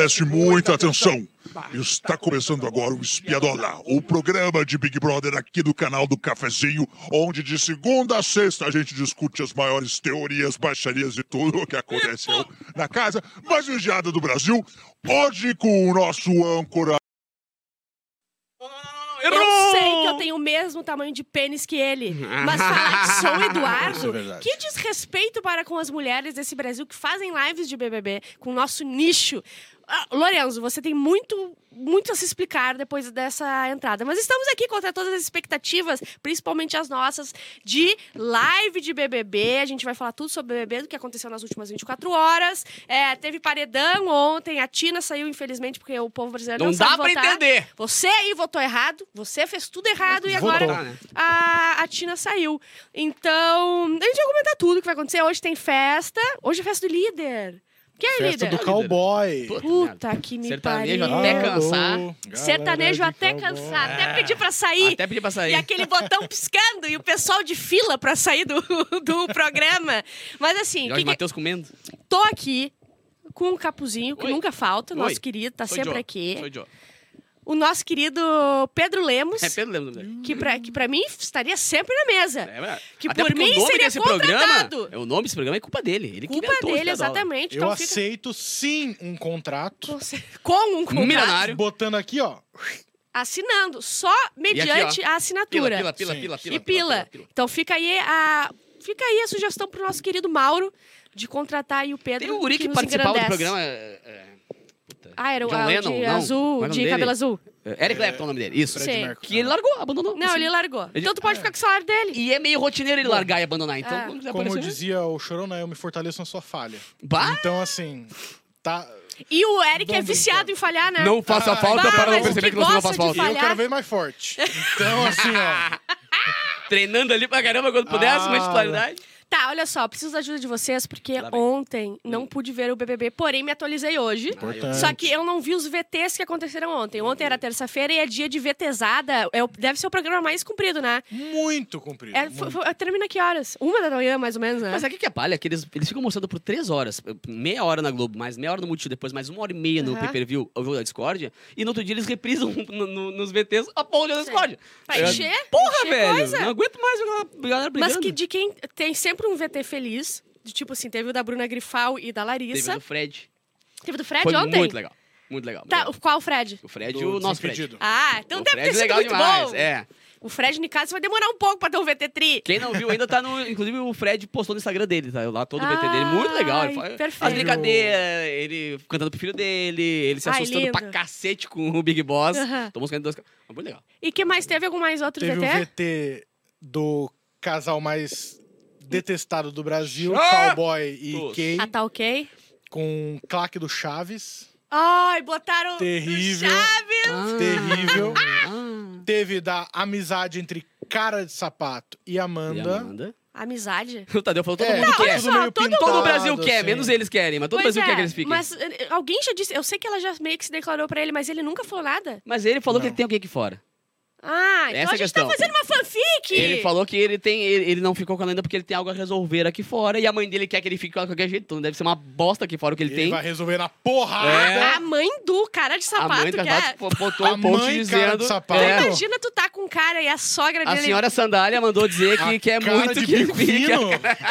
Preste muita atenção. Está começando agora o Espiadola, o programa de Big Brother aqui do canal do Cafezinho, onde de segunda a sexta a gente discute as maiores teorias, baixarias e tudo o que aconteceu na casa mais vigiada do Brasil. Hoje com o nosso âncora... Eu sei que eu tenho o mesmo tamanho de pênis que ele. Mas falar que sou o Eduardo, que desrespeito para com as mulheres desse Brasil que fazem lives de BBB com o nosso nicho. Lorenzo, você tem muito a se explicar depois dessa entrada. Mas estamos aqui contra todas as expectativas, principalmente as nossas, de live de BBB. A gente vai falar tudo sobre BBB, do que aconteceu nas últimas 24 horas. Teve paredão ontem, a Tina saiu, infelizmente, porque o povo brasileiro não sabe votar. Não dá pra entender. Você aí votou errado, você fez tudo errado e agora a Tina saiu. Então, a gente vai comentar tudo o que vai acontecer. Hoje tem festa. Hoje é festa do líder. Quem é Festa líder? do cowboy. Puta que me pariu. Sertanejo até cansar. Sertanejo até cansar. Até pedir pra sair. Até pedir pra sair. E aquele botão piscando e o pessoal de fila pra sair do programa. Mas assim... Jorge Matheus comendo. Tô aqui com um capuzinho, que nunca falta. Nosso querido, tá sempre aqui. Sou Joe. O nosso querido Pedro Lemos. Pedro Lemos. Que pra mim estaria sempre na mesa. Que Até por mim seria contratado. O nome desse programa é culpa dele. Ele Culpa inventou dele, exatamente. Eu Então aceito sim um contrato. com um contrato. Milionário. Botando aqui, ó. Assinando. Só mediante a assinatura. Pila. Então fica aí a sugestão pro nosso querido Mauro de contratar aí o Pedro. Tem um guri que nos participava do engrandece. programa. Era o John Lennon, de não. azul, Qual é o nome de dele? cabelo azul. Eric Clapton é o nome dele. Isso. Sim. Que ele largou, abandonou. Não, assim. ele largou. Ele- Então tu pode ficar com o salário dele. E é meio rotineiro ele largar e abandonar. Então, quando quiser Como aparecer... dizia o Chorona, eu me fortaleço na sua falha. Bah! Então, assim, tá... E o Eric é Vamos viciado em falhar, né? Não faça falta bah, para não mas perceber que que você não gosta faz de falta. E eu falhar. quero ver mais forte. Então, assim, ó... Treinando ali pra caramba quando pudesse, uma titularidade. Tá, olha só, preciso da ajuda de vocês, porque Lá vem. ontem não pude ver o BBB, porém me atualizei hoje. Importante. Só que eu não vi os VTs que aconteceram ontem. Ontem era terça-feira e é dia de VTzada. Deve ser o programa mais comprido, né? Muito comprido. Termina que horas? 1h da manhã, mais ou menos, né? Mas sabe o que é palha? Que eles ficam mostrando por 3 horas. Meia hora na Globo, mais meia hora no Multishow, depois mais 1h30 no pay-per-view, o jogo da Discord. E no outro dia eles reprisam nos VTs a porra da Discord. Pra encher? Porra, encher velho! coisa. Não aguento mais a galera brigando. Mas que de quem tem sempre um VT feliz, de tipo assim, teve o da Bruna Grifal e da Larissa. Teve do Fred. Teve do Fred Foi ontem? muito legal. Muito legal. Tá, qual o Fred? O Fred, Do o nosso Fred. Desimpedido. Ah, então O deve Fred ter sido legal muito demais, bom. é. O Fred Nicasso vai demorar um pouco pra ter um VT tri. Quem não viu ainda tá no... Inclusive o Fred postou no Instagram dele, tá? Lá todo o VT dele, muito legal. Ele faz perfeito. as brincadeiras, ele cantando pro filho dele, ele se assustando lindo. pra cacete com o Big Boss. Aham. Tomou uns cantos muito legal. E que mais? Teve algum mais outro Teve VT? o VT do casal mais detestado do Brasil, Ah! Cowboy e Todos. Kay, Ah, tá ok. com claque do Chaves. Ai, botaram Terrível. o Chaves. Terrível. Ah. Teve da amizade entre Cara de Sapato e E a Amanda. Amanda? Amizade. O Tadeu falou todo É, mundo tudo quer. só, meio todo pintado, Todo o Brasil quer, assim. menos eles querem, mas todo o Pois Brasil quer que eles fiquem. Mas alguém já disse... Eu sei que ela já meio que se declarou pra ele, mas ele nunca falou nada. Mas ele falou que Não. ele tem alguém aqui fora. Ah, então Essa a é a gente tá questão. fazendo uma fanfic. Ele falou que ele não ficou com ela ainda porque ele tem algo a resolver aqui fora e a mãe dele quer que ele fique com ela de qualquer jeito. Então deve ser uma bosta aqui fora o que ele Ele tem. vai resolver na porrada. É. A mãe do cara de A sapato, mãe do que Carvalho é... botou A um post mãe, dizendo. cara de sapato. É, Imagina tu tá com um cara e a sogra a dele... senhora Sandália mandou dizer que A quer cara muito de que ele bico fique. fino.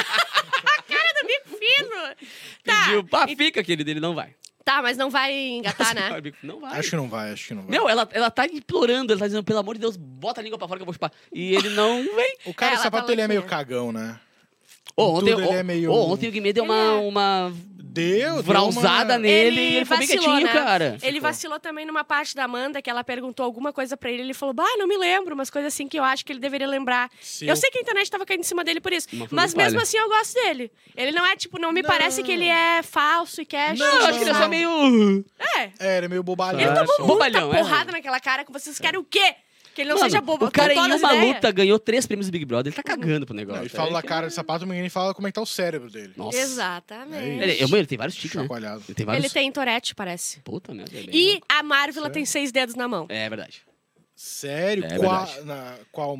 do bico fino. Tá. Pediu, pá, fica, querido, ele não vai. Tá, mas não vai engatar, né? Não vai. Acho que não vai, acho que não vai. Meu, ela tá implorando, ela tá dizendo, pelo amor de Deus, bota a língua pra fora que eu vou chupar. E ele não vem. O cara de Ela sapato, tá ele é meio louquinha. cagão, né? Ontem, Tudo ele é meio- ontem o Guimê deu uma Deu vrausada nele e Ele ele foi bem vacilou, quietinho, né? cara. Ele vacilou também numa parte da Amanda, que ela perguntou alguma coisa pra ele. Ele falou, não me lembro. Umas coisas assim que eu acho que ele deveria lembrar. Sim. Eu sei que a internet tava caindo em cima dele por isso. Mas foi Mas muito mesmo falha. assim eu gosto dele. Ele não é, tipo, não me parece que ele é falso e quer... Não, Eu acho que ele é só meio... É. Ele é meio bobalhão. Ele tomou Bobalhão, muita é. porrada naquela cara que vocês querem o quê? Que ele não Mano, seja bobo. o cara com em todas uma as ideias. luta ganhou 3 prêmios do Big Brother. Ele tá cagando pro negócio. Não, ele fala da cara de sapato, mas ninguém fala como é que tá o cérebro dele. Nossa. Exatamente. É Ele tem vários tiques, né? Chacoalhado. Ele tem vários... Ele tem Tourette, parece. Puta merda. ele é E louco. a Marvel tem 6 dedos na mão. É verdade. Sério? É qual, verdade. qual mão?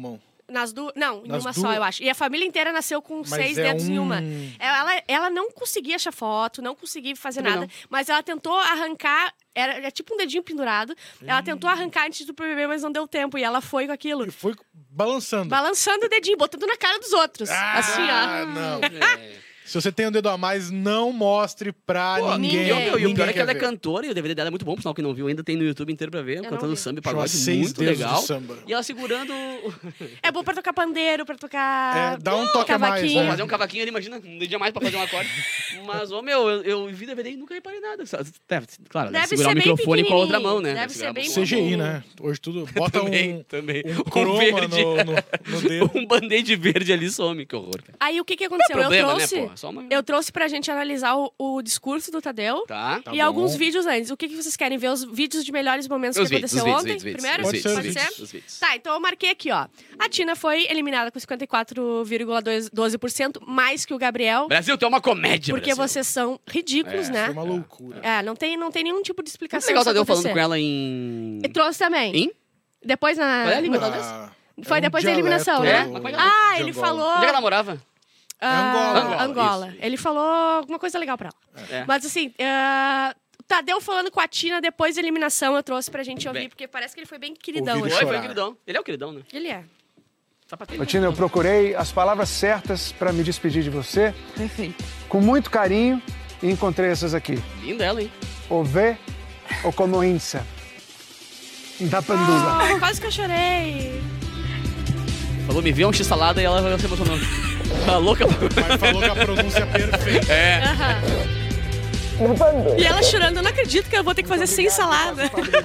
Não, em Nas uma duas? só, eu acho. E a família inteira nasceu com 6 dedos em uma. Ela não conseguia achar foto, não conseguia fazer Também nada. Mas ela tentou arrancar... Era tipo um dedinho pendurado. Ela tentou arrancar antes do bebê, mas não deu tempo. E ela foi com aquilo. E foi balançando. Balançando o dedinho, botando na cara dos outros. Assim, ó. Não. É. Se você tem um dedo a mais, não mostre pra ninguém. ninguém. E o pior é que quer ela é ver. cantora e o DVD dela é muito bom, por sinal que não viu ainda, tem no YouTube inteiro pra ver, não cantando vi. samba e Chama pagode, 6 muito dedos de legal. samba. E ela segurando... É bom pra tocar pandeiro, pra tocar... Dá um toque a mais, cavaquinho. né? Fazer um cavaquinho ali, imagina, um dedinho a mais pra fazer um acorde. Mas, eu vi DVD e nunca reparei nada. Claro, Deve segurar ser o bem microfone com a outra pequenininho. mão, né? Deve ser bem CGI, né? Hoje tudo... Bota Também. um croma verde. no dedo. Um band-aid verde ali some, que horror, cara. Aí o que aconteceu? Problema, eu trouxe... né, pô? Só uma... Eu trouxe pra gente analisar o discurso do Tadeu. Tá. E bom. alguns vídeos antes. O que vocês querem ver? Os vídeos de melhores momentos Os que aconteceu vídeos, ontem? os vídeos, Primeiro? Pode ser os Pode vídeos. ser? Os vídeos. Tá, então eu marquei aqui, ó. A Tina foi eliminada com 54,12%, mais que o Gabriel. Brasil, tu é uma comédia, Porque Brasil. vocês são ridículos, Foi né? uma loucura. Não tem nenhum tipo de Muito explicação. legal o isso Tadeu falando acontecer. com ela em... Eu trouxe também. Em? Depois na... Qual é a língua dela? Foi um depois da eliminação, É? né? Mas como é que Ah, de ele Angola. falou... Onde é que ela morava? Angola. Angola, isso. Ele falou alguma coisa legal pra ela. É. Mas assim, o Tadeu falando com a Tina depois da eliminação, eu trouxe pra gente ouvir, Bem. porque parece que ele foi bem queridão. Ouvir e assim. Foi chorar. queridão. Ele é o queridão, né? Ele é. Sapateiro. Ô, Tina, eu procurei as palavras certas para me despedir de você, Perfeito. com muito carinho, e encontrei essas aqui. Linda ela, hein? Ove ou como insa. Da panduva. Ai, quase que eu chorei. Falou, me vê um x-salada e ela se emocionou. Tá louca? Mas falou com a pronúncia perfeita. É. Aham. E ela chorando, eu não acredito que eu vou ter que fazer sem salada.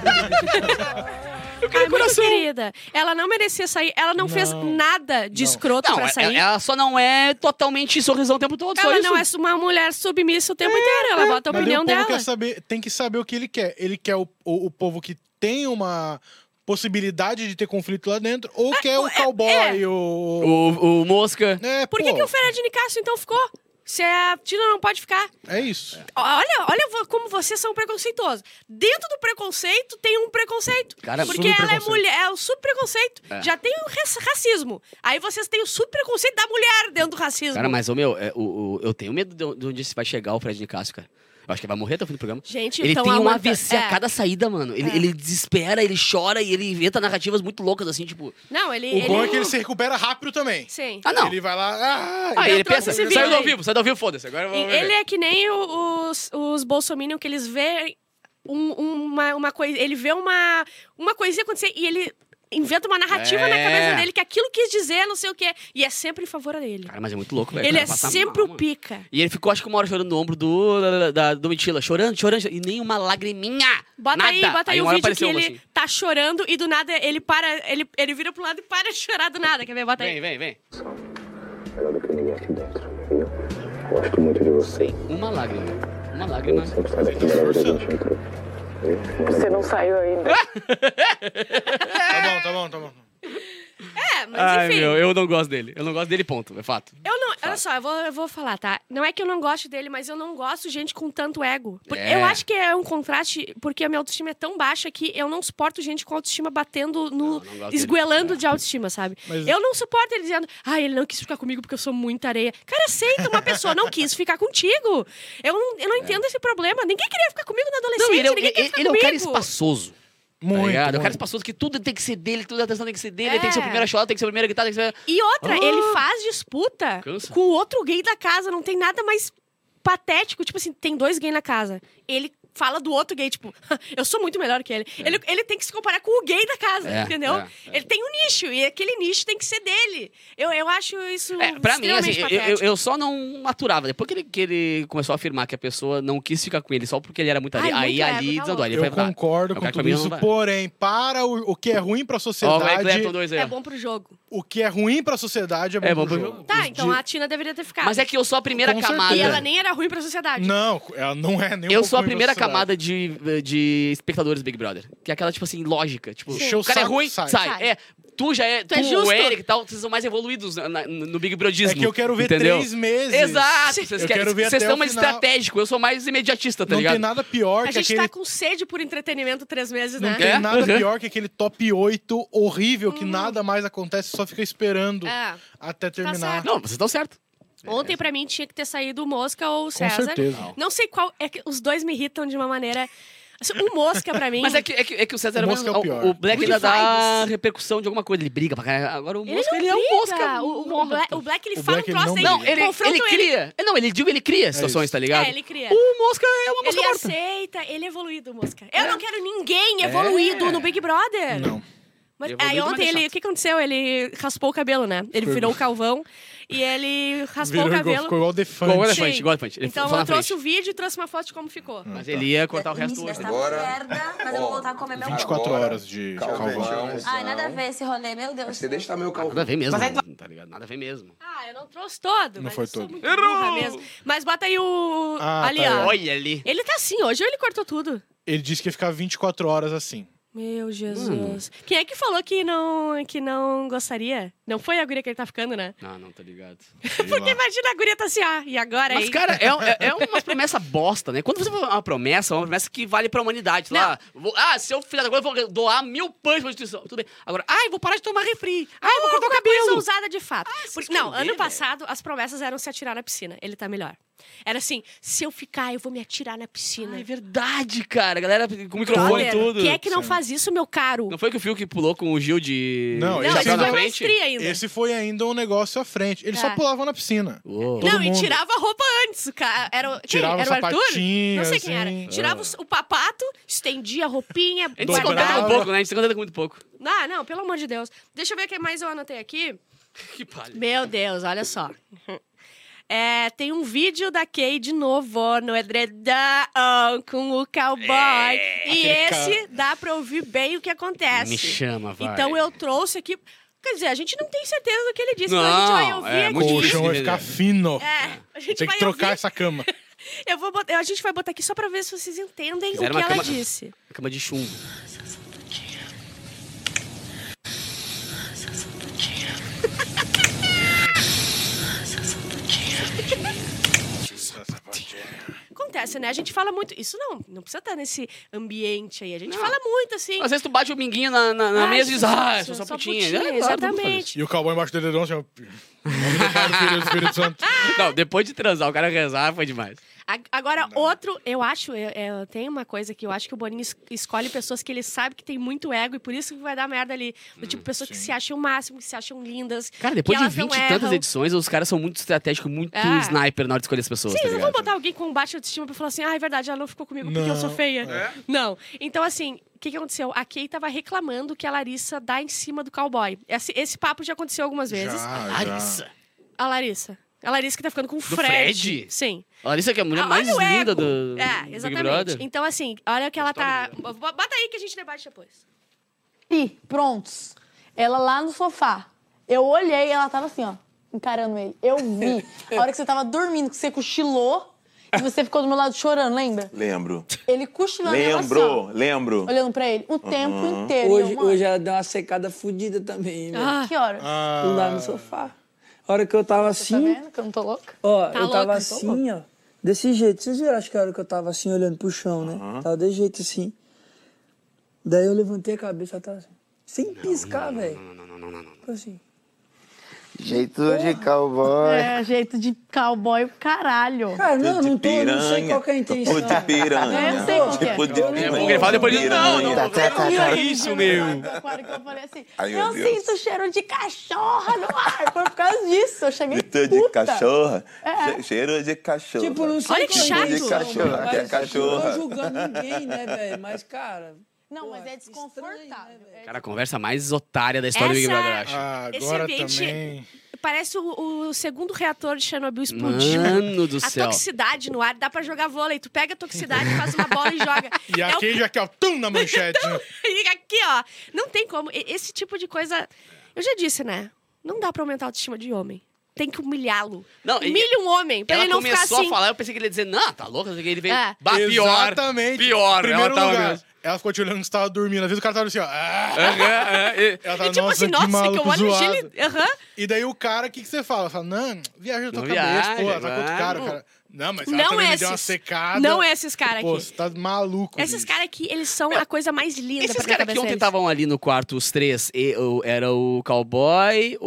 Ai, muito querida. Ela não merecia sair. Ela não fez nada de escroto Não, pra sair. ela só não é totalmente sorrisão o tempo todo, só Ela isso. não é uma mulher submissa o tempo inteiro. Ela bota a Mas opinião daí o povo dela. quer saber, tem que saber o que ele quer. Ele quer o povo que tem uma possibilidade de ter conflito lá dentro, ou quer o cowboy, O Mosca. Por que o Fernando Nicásio então ficou? Se a Tina não pode ficar. É isso. Olha como vocês são preconceituosos. Dentro do preconceito tem um preconceito. Cara, porque ela é subpreconceito. mulher, é o subpreconceito. É. Já tem o racismo. Aí vocês têm o subpreconceito da mulher dentro do racismo. Cara, mas, eu tenho medo de onde vai chegar o Fred Nicásio, cara. Eu acho que vai morrer até o fim do programa. Gente, ele então tem um aguenta- AVC a cada saída, mano. Ele desespera, ele chora e ele inventa narrativas muito loucas, assim, tipo... Não, ele... O bom é que ele se recupera rápido também. Sim. Ah, não. Ele vai lá... Aí ele trouxe pensa, esse saiu vídeo do ao vivo, foda-se. Agora eu vou Ele é que nem os bolsominion, que eles veem uma coisa... Ele vê uma coisinha acontecer e ele inventa uma narrativa na cabeça dele que aquilo quis dizer, não sei o quê. E é sempre em favor dele. Cara, mas é muito louco, velho. Ele O cara é passa sempre mal, o mano. pica. E ele ficou, acho que uma hora chorando no ombro do Mitila. Chorando, e nem uma lagriminha. Bota Nada. aí uma o hora vídeo que apareceu ele uma, assim. tá chorando e do nada ele para, ele vira pro lado e para de chorar do nada. Quer ver? Bota aí. Vem. Melhor do que ninguém aqui dentro, viu? Gosto muito de você. Uma lágrima. Sempre sai daqui melhor que a gente entrou. Viu? Você não saiu ainda. Tá bom. Mas Ai, enfim. meu, eu não gosto dele. Eu não gosto dele, ponto. É fato. Eu não, olha só, eu vou falar, tá? Não é que eu não gosto dele, mas eu não gosto de gente com tanto ego. É. Eu acho que é um contraste, porque a minha autoestima é tão baixa que eu não suporto gente com autoestima batendo no... Não gosto esguelando dele. de autoestima, sabe? Mas- Eu não suporto ele dizendo, ele não quis ficar comigo porque eu sou muita areia. Cara, aceita, uma pessoa não quis ficar contigo. Eu não entendo esse problema. Ninguém queria ficar comigo na adolescência, Não, ninguém queria ficar ele é um comigo. cara espaçoso. Tá Muito, ligado? É um muito. cara espaçoso que tudo tem que ser dele, tudo a atenção tem que ser dele, É. ele tem que ser o primeiro a chorar, tem que ser o primeiro a gritar, tem que ser... E outra, ele faz disputa Cansa. com o outro gay da casa. Não tem nada mais patético. Tipo assim, tem 2 gays na casa. Ele fala do outro gay, tipo, eu sou muito melhor que ele. Ele tem que se comparar com o gay da casa, É, entendeu? é. Ele tem um nicho, e aquele nicho tem que ser dele. Eu acho isso Pra mim, assim, extremamente patético. eu só não aturava. Depois que ele começou a afirmar que a pessoa não quis ficar com ele só porque ele era muito ali, Ai, aí muito ali ego, tá desandou. Ali Eu foi pra- concordo É o com cara que pra tudo mim não isso, vai. porém, para o que é ruim pra Ó, o sociedade, Clapton 2 aí. É ó. bom pro jogo. o que é ruim pra sociedade é bom pro jogo. Tá, então a Tina deveria ter ficado. Mas é que eu sou a primeira Com camada. E certeza. ela nem era ruim pra sociedade. Não, ela não é nem um Eu pouco sou a ruim pra primeira sociedade. camada de espectadores Big Brother. Que é aquela, tipo assim, lógica. Tipo, Encher o o cara é saco, ruim, sai. sai. É, Tu já é... Tu é o justo. Eric e tal, vocês são mais evoluídos no Big Brodismo. É que eu quero ver entendeu? 3 meses. Exato. Vocês Eu quero ver até estão o mais final. estratégico. Eu sou mais imediatista, tá Não ligado? tem nada pior A que gente aquele... tá com sede por entretenimento 3 meses, Não né? tem É? nada Uhum. pior que aquele top 8 horrível que nada mais acontece, só fica esperando É. até terminar. certo. Não, vocês estão certos. Ontem, pra mim, tinha que ter saído o Mosca ou o Com César. certeza. Não sei qual... É que os dois me irritam de uma maneira... Assim, o Mosca, pra mim... Mas é que o César O Mosca é o pior. O Black Good ainda dá vibes. repercussão de alguma coisa. Ele briga pra caralho. Agora o Ele Mosca, não ele é um briga. Mosca. O Black, ele O fala Black, um ele troço, não daí briga. Não, ele confronta cria. Não, ele cria situações, tá ligado? É, ele cria. O Mosca é uma mosca Ele morta. aceita, ele é evoluído, Mosca. Eu não quero ninguém evoluído no Big Brother. Não. Mas, Evoluído, aí mas ontem é ele... chato. O que aconteceu? Ele raspou o cabelo, né? Ele virou o calvão e ele raspou Virou o cabelo. ficou igual Defante. Igual o Sim. Elefante, igual o Elefante. Ele Então foi na eu trouxe frente. o vídeo e trouxe uma foto de como ficou. Mas ele ia cortar o resto hoje. né? merda, mas eu vou voltar a comer meu 24 horas de calvão. Ai, nada a ver esse rolê, meu Deus. Você deixa estar meu calvo. Nada a ver mesmo, tá ligado? Nada a ver mesmo. Ah, eu não trouxe todo. Não mas foi eu sou todo. muito burra mesmo. Mas bota aí o... Ah, ali, tá ó. Olha ali. Ele tá assim, hoje ele cortou tudo. Ele disse que ia ficar 24 horas assim. Meu Jesus. Quem é que falou que não gostaria? Não foi a guria que ele tá ficando, né? Não tô ligado. Porque imagina a guria tá assim, e agora, Mas, hein? cara, é uma promessa bosta, né? Quando você faz uma promessa que vale pra humanidade. Lá, se eu fizer agora, eu vou doar 1000 pães pra instituição. Tudo bem. Agora, vou parar de tomar refri. Vou cortar o Uma coisa cabelo. ousada de fato. Porque, não, esconder, ano velho. passado, as promessas eram se atirar na piscina. Ele tá melhor. Era assim, se eu ficar, eu vou me atirar na piscina. É verdade, cara. A galera com o microfone e Brother, tudo. quem é que não faz isso, meu caro? Não foi que o Fiuk pulou com o Gil de... Não, Não, esse isso ainda- foi mais tri ainda. Esse foi ainda um negócio à frente. Ele só É. pulava na piscina. Uou. todo Não, e mundo. tirava a roupa antes. Era, quem? Tirava Era o Arthur? sapatinho, Não sei quem era. assim. Tirava o papato, estendia a roupinha, A gente se contenta guardava. com pouco, né? A gente se contenta com muito pouco. Ah, não, pelo amor de Deus. Deixa eu ver o que mais eu anotei aqui. Que palha. Meu Deus, olha só. Tem um vídeo da Kay de novo no edredom com o cowboy. E esse dá pra ouvir bem o que acontece. Me chama, vai. Então eu trouxe aqui... Quer dizer, a gente não tem certeza do que ele disse, então a gente Não, vai ouvir é aqui. O muito colchão vai difícil, ficar fino. A gente Tem vai que trocar ouvir. essa cama. A gente vai botar aqui só pra ver se vocês entendem Fizeram o que uma ela cama- disse. Cama de chumbo. Acontece, né? A gente fala muito... Isso não precisa estar nesse ambiente aí. A gente fala muito, assim. Às vezes tu bate o minguinho na mesa e diz, eu sou só putinha. putinha, É, claro, todo mundo faz exatamente. E o cowboy embaixo do dedão, assim, ó. Filho do Espírito Santo. isso. Não, depois de transar, o cara rezar foi demais. Agora, outro, eu acho, eu tenho uma coisa que eu acho que o Boninho escolhe pessoas que ele sabe que tem muito ego e por isso que vai dar merda ali. Do tipo, pessoas que se acham o máximo, que se acham lindas. Cara, depois que de elas não 20 e tantas erram. edições, os caras são muito estratégicos, muito É. sniper na hora de escolher as pessoas, Sim, tá eles não vão ligado? botar alguém com baixa autoestima pra falar assim, é verdade, ela não ficou comigo porque eu sou Não, feia. Não. Então, assim, o que aconteceu? A Kay tava reclamando que a Larissa dá em cima do cowboy. Esse papo já aconteceu algumas vezes. Larissa. A Larissa. A Larissa que tá ficando com o Fred? Sim. A Larissa que é a mulher mais Olha o linda ego. do Big Exatamente. Brother. Então, assim, olha o que ela tá... Bota aí que a gente debate depois. E prontos. Ela lá no sofá. Eu olhei e ela tava assim, ó, encarando ele. Eu vi. A hora que você tava dormindo, que você cochilou e você ficou do meu lado chorando, lembra? Lembro. Ele cochilando e ela assim, ó, Lembro. olhando pra ele o tempo inteiro. E eu, mano, Hoje ela deu uma secada fodida também, né? Ah, que horas? Lá no sofá. A hora que eu tava Tá assim, vendo que eu não tô louca? ó, Tá eu tava louca? assim, ó, desse jeito. Vocês viram, acho que a hora que eu tava assim, olhando pro chão, né? Tava desse jeito assim. Daí eu levantei a cabeça, ela tava assim, sem piscar, velho. Não. Assim. Jeito de cowboy. É, jeito de cowboy, caralho. Cara, não sei qual que é a intenção. Tipo de piranha. Eu sei qual que é. Tipo de É bom que ele fala depois disso. Não, isso, meu. Eu falei assim, Ai, meu eu Deus. sinto cheiro de cachorra no ar. Foi por causa disso. Eu cheguei Jeito de puta. cachorra. É. Cheiro de cachorro. Tipo, não sei Olha que qual é a chato. intenção, De cachorra, mas que é assim, cachorra. Não tô julgando ninguém, né, velho? Mas, cara... Não, mas é estranho, desconfortável. né, velho? Cara, a conversa mais otária da história do Big Brother, eu acho. Esse Agora ambiente também. parece o segundo reator de Chernobyl explodiu. Mano do A céu. toxicidade no ar, dá pra jogar vôlei. Tu pega a toxicidade, faz uma bola e joga. E É o aqui já quer o tum na manchete, né? E aqui, ó. Não tem como. Esse tipo de coisa... Eu já disse, né? Não dá pra aumentar a autoestima de homem. Tem que humilhá-lo. Não, e- Humilha um homem, pra Ela ele não ficar começou assim. a falar, eu pensei que ele ia dizer, não, tá louco? Ele veio, É. pior, Exatamente. pior. Primeiro ela tava lugar, mesmo. ela ficou te olhando que você tava dormindo. Às vezes o cara tava assim, ó. Ela tava, E tipo assim, nossa, que eu olho ele... E daí o cara, o que você fala? Fala, não, viaja na tua Não cabeça, viaja, pô, ela tá com outro cara, vai. cara. Não, mas Não ela também me esses. deu uma secada. Não esses caras Pô, aqui. você tá maluco, Esses bicho. caras aqui, eles são a coisa mais linda Esses pra minha caras que cabeça ontem deles. estavam ali no quarto, os três, era o cowboy,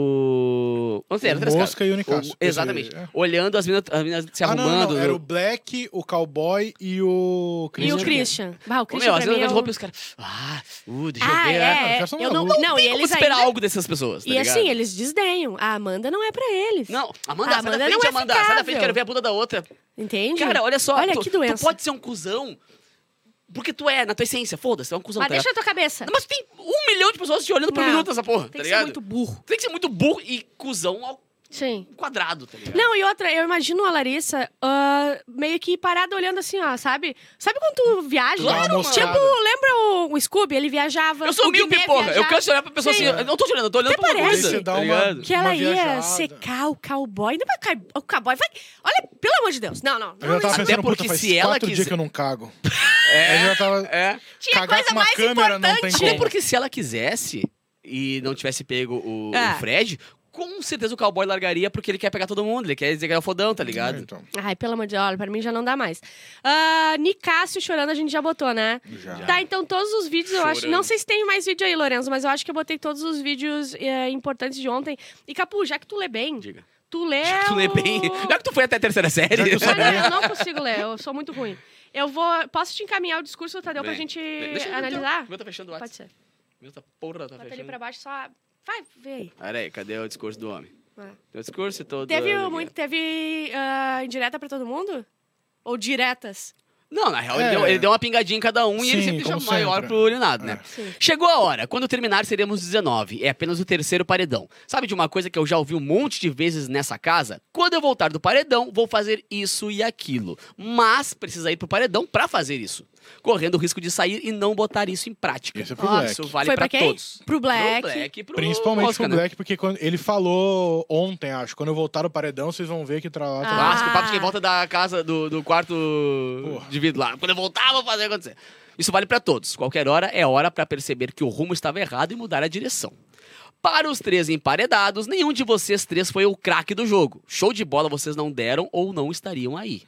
o... Não sei, eram três Mosca caras. e o Nicásio. Exatamente. Esse aí, é. Olhando as meninas se arrumando. Não, era o Black, o Cowboy e o E o Christian. Ah, o Ô, Christian meu, às pra vezes mim eu é de o... roupa e os caras... deixa eu ver. cara, são Eu não, malucos. não, e Como eles esperar ainda... algo dessas pessoas, tá E ligado? assim, eles desdenham. A Amanda não é pra eles. Não, Amanda, A sai da Amanda frente, não é Amanda. Sai da frente, ficável. quero ver a bunda da outra. Entende? Cara, olha só. Olha tu, que doença. Tu pode ser um cuzão, porque tu é, na tua essência. Foda-se, tu é um cuzão. Mas tá deixa ligado? na tua cabeça. Mas tem 1 milhão de pessoas te olhando por Não, minuto nessa porra, Tem tá que ligado? ser muito burro. Tem que ser muito burro e cuzão ao Sim. quadrado, tá ligado? Não, e outra, eu imagino a Larissa meio que parada olhando assim, ó, sabe? Sabe quando tu viaja? Claro, mano. Tipo, lembra o Scooby? Ele viajava. Eu sou o míope, Guimê porra. Eu viajava. canso de olhar pra pessoa Sim. assim. Eu não tô te olhando, eu tô olhando pra uma parece? coisa. Você dá tá uma- ligado? Que ela Uma ia viajada. secar o cowboy. Não vai o cowboy vai... Olha, pelo amor de Deus. Não, não. Eu já tava Até pensando, porque puta, faz se ela 4 dias quiser- que eu não cago. Aí eu já tava... Tinha Cagar coisa com uma mais câmera não tem importante. como. Até porque se ela quisesse e não tivesse pego o Fred, com certeza o cowboy largaria porque ele quer pegar todo mundo. Ele quer dizer que é o fodão, tá ligado? Então. Ai, pelo amor de Deus, olha, pra mim já não dá mais. Nicásio chorando, a gente já botou, né? Já. Tá, então todos os vídeos, eu acho... Chorando. Não sei se tem mais vídeo aí, Lorenzo, mas eu acho que eu botei todos os vídeos importantes de ontem. E, Capu, já que tu lê bem... Diga. Tu lê Tu lê bem. Já que tu foi até a terceira série. Já que eu sou- Eu não consigo ler, eu sou muito ruim. Eu vou... Posso te encaminhar o discurso do Tadeu pra gente Deixa eu analisar? O meu tá fechando o Pode WhatsApp. ser. O meu tá porra, tá Bota ali fechando. pra baixo só... Vai, vê aí. Pera aí, cadê o discurso do homem? É. Tem o discurso todo. Teve indireta pra todo mundo? Ou diretas? Não, na real, É. ele deu uma pingadinha em cada um e ele Sim, sempre deixa como maior sempre. pro urinado, né? Sim. Chegou a hora. Quando terminar, seremos 19. É apenas o terceiro paredão. Sabe de uma coisa que eu já ouvi um monte de vezes nessa casa? Quando eu voltar do paredão, vou fazer isso e aquilo. Mas precisa ir pro paredão pra fazer isso. Correndo o risco de sair e não botar isso em prática. Isso é pro Black. Isso vale Foi pra pra quem? todos. Pro Black. Pro Black e pro Principalmente Mosca, pro né? Black, porque quando ele falou ontem, acho, quando eu voltar no paredão, vocês vão ver que tá lá. Clássico, o papo de quem volta da casa, do quarto Porra. de vidro lá. Quando eu voltar, vou fazer acontecer. Isso vale pra todos. Qualquer hora é hora pra perceber que o rumo estava errado e mudar a direção. Para os 3 emparedados, nenhum de vocês 3 foi o craque do jogo. Show de bola vocês não deram ou não estariam aí.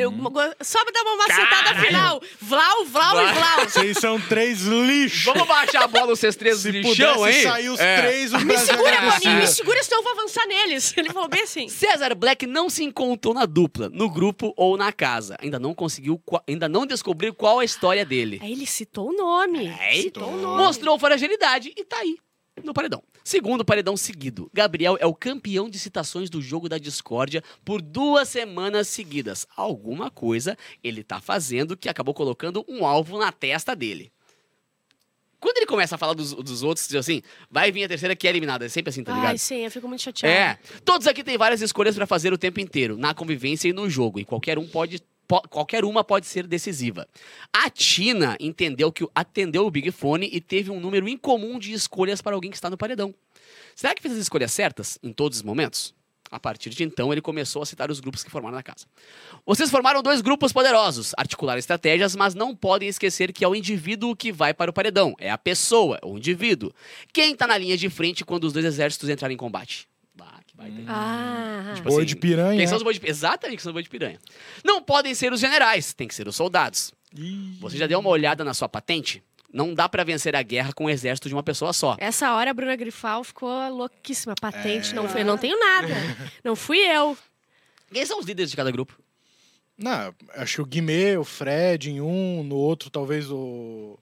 Só me dá uma macetada final. Vlau, Vlau e Vlau. Vocês são 3 lixos. Vamos baixar a bola vocês 3 Se lixão, pudesse hein? sair os 3, o Me Brasil segura, agradecia. Boninho, me segura, senão eu vou avançar neles. Ele falou bem assim. César Black não se encontrou na dupla, no grupo ou na casa. Ainda não descobriu qual a história dele. Aí ele citou o nome. Citou o nome. Mostrou fragilidade e tá aí, no paredão. Segundo paredão seguido, Gabriel é o campeão de citações do jogo da discórdia por 2 semanas seguidas. Alguma coisa ele tá fazendo que acabou colocando um alvo na testa dele. Quando ele começa a falar dos outros, diz assim, vai vir a terceira que é eliminada. É sempre assim, tá ligado? Ai, sim, eu fico muito chateada. É. Todos aqui têm várias escolhas pra fazer o tempo inteiro, na convivência e no jogo. E qualquer uma pode ser decisiva. A Tina atendeu o Big Fone e teve um número incomum de escolhas para alguém que está no paredão. Será que fez as escolhas certas em todos os momentos? A partir de então, ele começou a citar os grupos que formaram na casa. Vocês formaram 2 grupos poderosos, articularam estratégias, mas não podem esquecer que é o indivíduo que vai para o paredão. É a pessoa, o indivíduo. Quem tá na linha de frente quando os 2 exércitos entrarem em combate? Que vai ter. Tipo Boi assim, de piranha. Quem são os boi de piranha? Exatamente, quem são os boi de piranha. Não podem ser os generais, tem que ser os soldados. Você já deu uma olhada na sua patente? Não dá pra vencer a guerra com o exército de uma pessoa só. Essa hora a Bruna Grifal ficou louquíssima. Patente, não foi, não tenho nada. Não fui eu. Quem são os líderes de cada grupo? Não, acho que o Guimê, o Fred em um, no outro talvez o...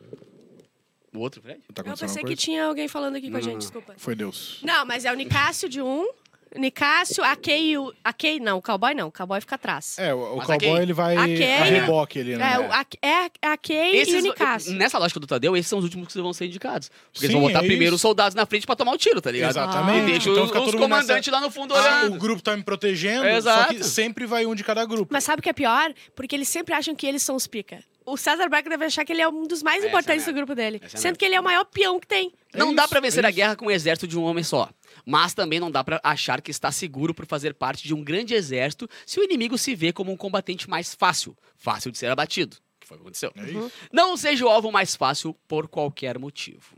O outro, Fred? Tá Eu acontecendo pensei alguma que tinha alguém falando aqui com a gente, coisa? desculpa. Foi Deus. Não, mas é o Nicásio de um. Nicásio, a Kay não, o cowboy não, o cowboy fica atrás. É, o Mas cowboy ele vai a Kay- a reboque ali, né? A Kay e o Nicásio. Nessa lógica do Tadeu, esses são os últimos que vão ser indicados. Porque eles Sim, vão botar é primeiro isso. os soldados na frente pra tomar o tiro, tá ligado? Exatamente. E deixa Então os fica todo mundo comandantes nessa- lá no fundo Ah, olhando. o grupo tá me protegendo, Exato. só que sempre vai um de cada grupo. Mas sabe o que é pior? Porque eles sempre acham que eles são os pica. O César Black deve achar que ele é um dos mais Essa importantes é do merda. grupo dele. Essa é Sendo merda. que ele é o maior peão que tem. Não É dá isso, pra vencer é a isso. guerra com o exército de um homem só. Mas também não dá pra achar que está seguro por fazer parte de um grande exército se o inimigo se vê como um combatente mais fácil de ser abatido. Que foi o que aconteceu. É isso. Não seja o alvo mais fácil por qualquer motivo.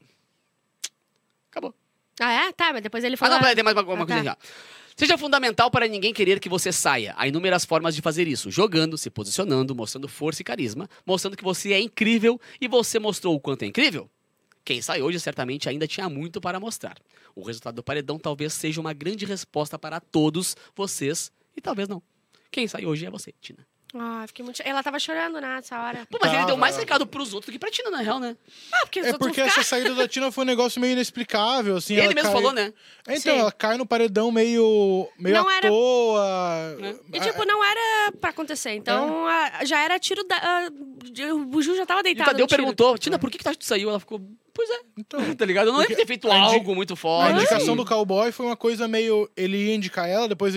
Acabou. Ah, é? Tá, mas depois ele Ah, falou... não, tem mais uma coisa tá. aqui, ó. Seja fundamental para ninguém querer que você saia. Há inúmeras formas de fazer isso. Jogando, se posicionando, mostrando força e carisma, mostrando que você é incrível e você mostrou o quanto é incrível. Quem sai hoje certamente ainda tinha muito para mostrar. O resultado do paredão talvez seja uma grande resposta para todos vocês e talvez não. Quem sai hoje é você, Tina. Ah, fiquei muito... Ela tava chorando, né, nessa hora. Pô, mas ele Tava. deu mais recado pros outros do que pra Tina, na real, né? Ah, porque os É outros porque vão essa ficar... saída da Tina foi um negócio meio inexplicável, assim. Ele ela mesmo cai- falou, né? Então, Sim. ela cai no paredão meio Não à era- toa. E, tipo, não era pra acontecer. Então, já era tiro da... o Ju já tava E o deitado Tadeu no tiro. perguntou, Tina, por que tu saiu? Ela ficou, pois é. Então, Tá ligado? Eu não lembro de ter feito a indi- algo muito a forte. indicação do cowboy foi uma coisa meio... Ele ia indicar ela, depois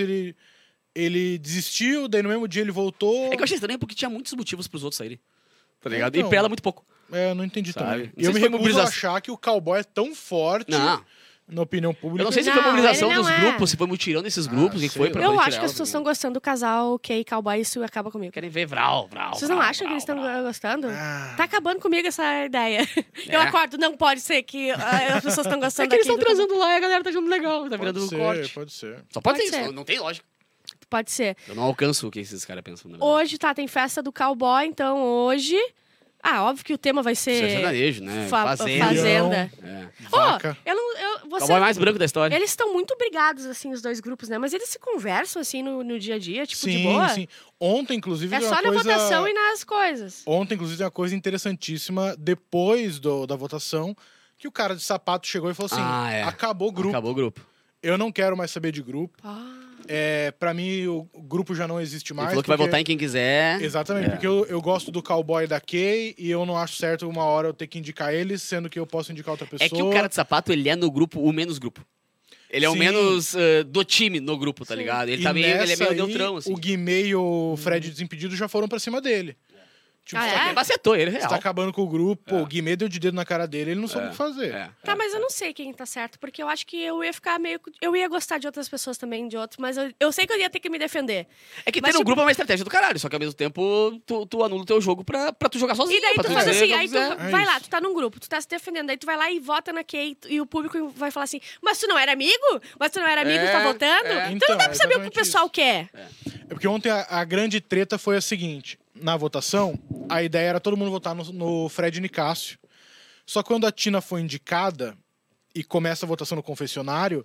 ele desistiu, daí no mesmo dia ele voltou. É que eu achei estranho porque tinha muitos motivos pros outros saírem. Tá ligado? Então. E pra ela, muito pouco. É, eu não entendi Sabe? também. Não E sei eu se me foi recuso a mobilização. achar que o cowboy é tão forte Não. na opinião pública. Eu não sei se Não, foi mobilização ele não dos é. grupos, se foi mutirão desses grupos, o que sei foi pra lá. Eu poder acho tirar que as ela, pessoas tá estão gostando do casal Kay e Cowboy, isso acaba comigo. Querem ver Vral. Vocês não acham que eles estão gostando? Ah. Tá acabando comigo essa ideia. Eu acordo, não pode ser que as pessoas estão É gostando que eles estão daquilo. transando lá e a galera tá achando legal, tá virando Pode ser, corte. pode ser. Só pode Pode ser isso, ser. não tem lógica. Pode ser. Eu não alcanço o que esses caras pensam, na verdade. Hoje, tá, tem festa do cowboy, então hoje... Ah, óbvio que o tema vai ser... Sertanejo, né? Fazenda. Fazenda. É. Ô, eu não... Você... Cowboy mais branco da história. Eles estão muito brigados, assim, os dois grupos, né? Mas eles se conversam, assim, no dia a dia, tipo, Sim, de boa. sim. Ontem, inclusive, É deu só uma na coisa... votação e nas coisas. Ontem, inclusive, tem uma coisa interessantíssima depois da votação, que o cara de sapato chegou e falou assim, acabou o grupo. Acabou o grupo. Eu não quero mais saber de grupo. Ah. Pra mim, o grupo já não existe mais. Ele falou que vai porque- votar em quem quiser. Exatamente, porque eu gosto do cowboy e da Kay e eu não acho certo uma hora eu ter que indicar eles, sendo que eu posso indicar outra pessoa. É que o cara de sapato, ele é no grupo o menos grupo. Ele é o Sim. menos do time no grupo, tá ligado? Ele, E tá meio, ele é nessa meio aí, neutrão, assim. O Guimê e o Fred Desimpedido já foram pra cima dele. Tipo, você Ele macetou ele, você real. tá acabando com o grupo, pô, o Guimê deu de dedo na cara dele, ele não soube o que fazer. Tá, mas eu não sei quem tá certo, porque eu acho que eu ia ficar meio... Eu ia gostar de outras pessoas também, de outros, mas eu sei que eu ia ter que me defender. É que Mas, ter um tipo, grupo é uma estratégia do caralho, só que ao mesmo tempo tu anula o teu jogo pra tu jogar sozinho. E daí pra tu faz dizer assim, o que aí tu quiser. vai lá, tu tá num grupo, tu tá se defendendo, aí tu vai lá e vota na Kay e o público vai falar assim, mas tu não era amigo? Mas tu não era amigo e tá votando? Então, Então, não dá pra saber o que o exatamente pessoal quer. É porque ontem a grande treta foi a seguinte: na votação, a ideia era todo mundo votar no Fred Nicásio. Só que quando a Tina foi indicada e começa a votação no confessionário,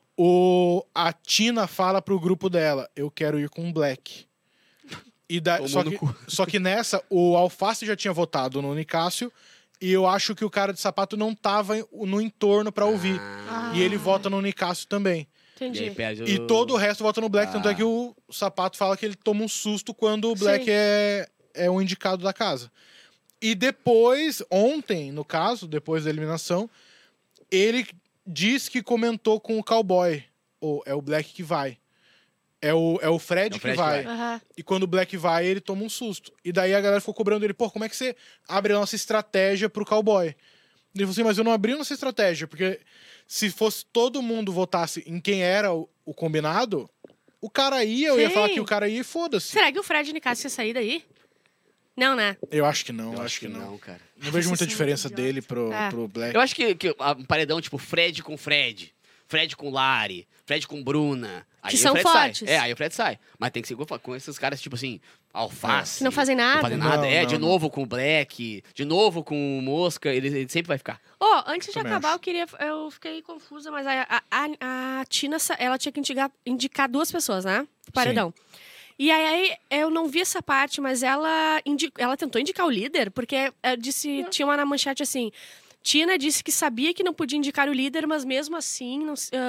a Tina fala pro grupo dela: eu quero ir com o Black. Só que nessa, o Alface já tinha votado no Nicásio e eu acho que o cara de sapato não tava no entorno pra ouvir. E ele vota no Nicásio também. Entendi. E aí perde E todo o resto vota no Black, tanto é que o Sapato fala que ele toma um susto quando o Black Sim. é o indicado da casa. E depois, ontem, no caso, depois da eliminação, ele diz que comentou com o Cowboy. Ou é o Black que vai. É o Fred que vai. Aham. E quando o Black vai, ele toma um susto. E daí a galera ficou cobrando ele, pô, como é que você abre a nossa estratégia pro Cowboy? Ele falou assim, mas eu não abri a nossa estratégia, porque se fosse todo mundo votasse em quem era o combinado, o cara ia, eu ia Sim. falar que o cara ia e foda-se. Será que o Fred Nicásio ia sair daí? Não, né? Eu acho que não, Eu acho que não. cara. Não vejo muita Vocês são diferença muito dele pro É. Black. Eu acho que um paredão tipo Fred com Fred, Fred com Lari, Fred com Bruna. Aí Que o são Fred fortes. sai. Aí o Fred sai. Mas tem que ser com esses caras, tipo assim, Alface. Que não fazem nada. Não fazem nada. Não, De não. novo com o Black, de novo com o Mosca, ele sempre vai ficar. Ô, antes de Também acabar, acho. eu fiquei confusa, mas a Tina, ela tinha que indicar duas pessoas, né? Pro paredão. E aí, eu não vi essa parte, mas ela tentou indicar o líder, porque tinha uma na manchete assim... Tina disse que sabia que não podia indicar o líder, mas mesmo assim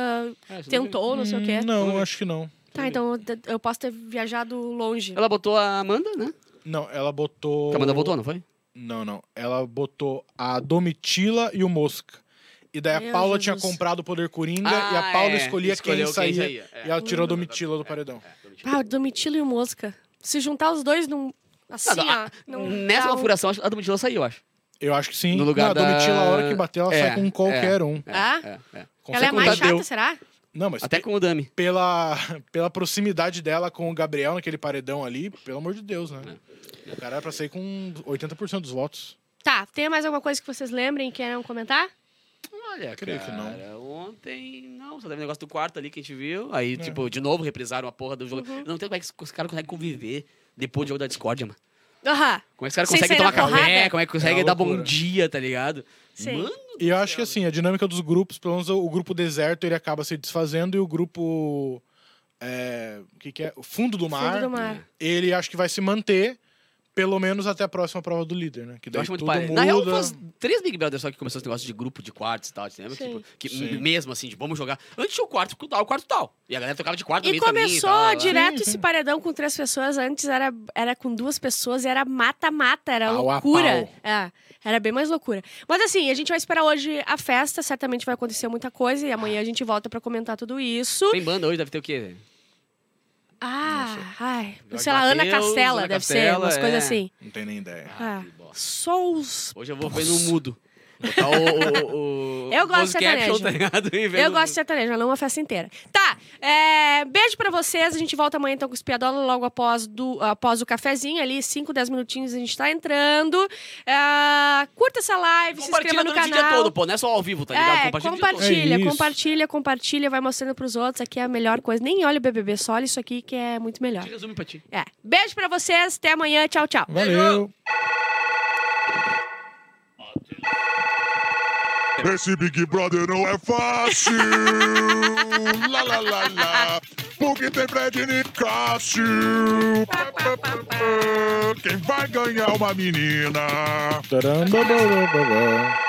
tentou, não sei o quê. Não, acho que não. Tá, então eu posso ter viajado longe. Ela botou a Amanda, né? Não, ela botou... A Amanda votou, não foi? Não. Ela botou a Domitila e o Mosca. E daí Meu a Paula Jesus. tinha comprado o Poder Coringa e a Paula escolhia quem saía. E ela tirou a Domitila do paredão. Ah, o Domitila e o Mosca. Se juntar os dois num... Assim, ó. Nessa configuração, a Domitila saiu, eu acho. Eu acho que sim. No lugar a Domitila, da- a hora que bater, ela sai com qualquer um. Ah? Com Ela é certeza. mais Tadeu. chata, será? Não, mas Até com o Dami. pela proximidade dela com o Gabriel naquele paredão ali, pelo amor de Deus, né? O cara era pra sair com 80% dos votos. Tá, tem mais alguma coisa que vocês lembrem e queiram comentar? Olha, Creio cara, que não. ontem, não, só teve o negócio do quarto ali que a gente viu. Aí, tipo, de novo reprisaram a porra do jogo. Eu não sei como é que os caras conseguem conviver depois do jogo da Discord, mano. Aham. Como é que os caras Sem conseguem sair tomar na café, porrada? como é que conseguem É uma dar bom loucura. dia, tá ligado? Sim. Mano, E eu acho que assim, a dinâmica dos grupos, pelo menos o grupo deserto, ele acaba se desfazendo e o grupo. O que é? O fundo do mar. Fundo do mar. Ele acho que vai se manter, pelo menos até a próxima prova do líder, né? Que eu daí acho muito tudo parecido. muda. Na real, faz 3 Big Brother só que começou esse negócio de grupo de quartos e tal, você lembra? Sim. Tipo, que Sim. mesmo assim, de vamos jogar. Antes tinha o quarto tal. E a galera tocava de quarto E ali também. começou tal, direto Sim, esse sim. paredão com 3 pessoas. Antes era com 2 pessoas e era mata-mata, era Pau a loucura. pau. Era bem mais loucura. Mas assim, a gente vai esperar hoje a festa, certamente vai acontecer muita coisa e amanhã a gente volta pra comentar tudo isso. Tem banda hoje, deve ter o quê? Sei Jorge lá, Ana Mateus, Castela, Ana deve ser, Castela, umas coisas assim. Não tem nem ideia. Só os... Hoje eu vou ver no mudo. Botar o Eu gosto de closed caption, sertanejo. tá ligado? E ver Eu no- gosto de sertanejo, mas não uma festa inteira. Tá, beijo pra vocês. A gente volta amanhã então com o Espiadola logo após o cafezinho ali, 5, 10 minutinhos a gente tá entrando. Curta essa live, se inscreva Compartilha no durante o canal. dia todo, pô. Não é só ao vivo, tá ligado? Compartilha o dia todo. Compartilha, É isso. compartilha, vai mostrando pros outros. Aqui é a melhor coisa. Nem olha o BBB, só olha isso aqui que é muito melhor. Te resume pra ti. Beijo pra vocês, até amanhã, tchau, tchau. Valeu! Esse Big Brother não é fácil. Lá, lá, lá, lá. Porque tem Fred e Nicásio. Quem vai ganhar uma menina? Tarandadadadadá.